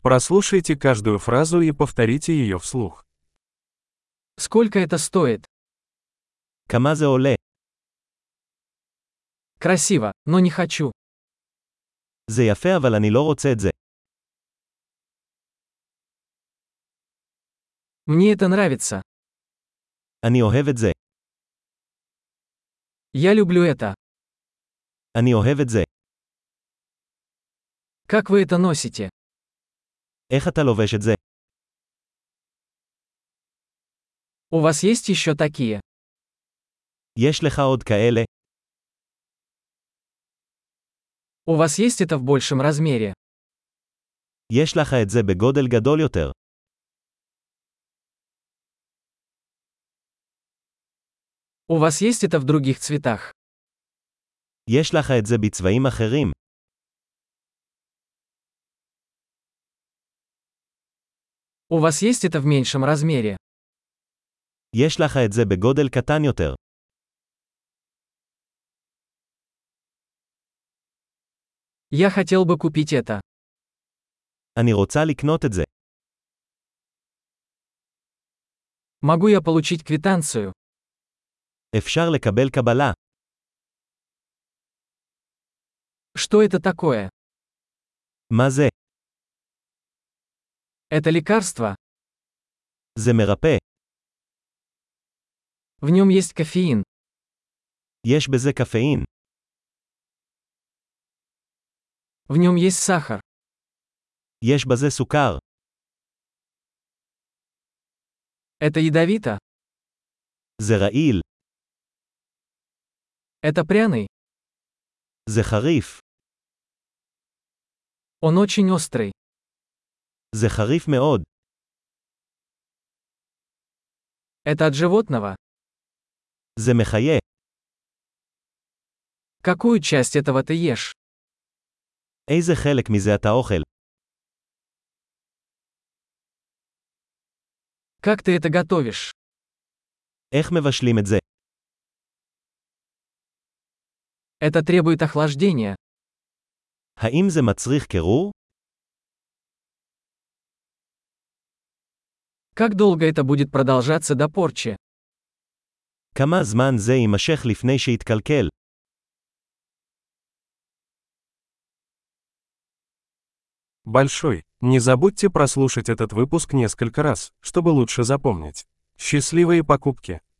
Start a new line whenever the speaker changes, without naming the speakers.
Прослушайте каждую фразу и повторите ее вслух.
Сколько это стоит?
כמה זה עולה?
Красиво, но не хочу.
זה יפה אבל אני לא רוצה את זה.
Мне это нравится.
אני אוהב את זה.
Я люблю это.
אני אוהב את זה.
Как вы это носите?
איך אתה לובש את זה?
У вас есть еще такие?
יש לך עוד כאלה?
У вас есть это в большем размере?
יש לך את זה בגודל גדול יותר.
У вас есть это в других цветах?
יש לך את זה בצבעים אחרים.
У вас есть это в меньшем размере?
יש לך את זה בגודל קטן יותר.
Я хотел бы купить это.
אני רוצה לקנות את זה.
Могу я получить квитанцию?
אפשר לקבל קבלה.
Что это такое?
מה זה?
Это лекарство?
זה מרפא.
В нем есть кофеин.
יש בזה קפאין.
В нем есть сахар.
יש בזה סוכר.
Это ядовито?
זה רעיל.
Это пряный?
זה חריף.
Он очень острый.
זה חריף מאוד.
Это от животного?
זה מחיה.
Какую часть этого ты ешь?
איזה חלק מזה אתה אוכל?
Как ты это готовишь?
איך מבשלים את זה?
Это требует охлаждения.
האם זה מצריך קירור?
Как долго это будет продолжаться до порчи?
כמה זמן זה יימשך לפני שיתקלקל?
Большой. Не забудьте прослушать этот выпуск несколько раз, чтобы лучше запомнить. Счастливые покупки!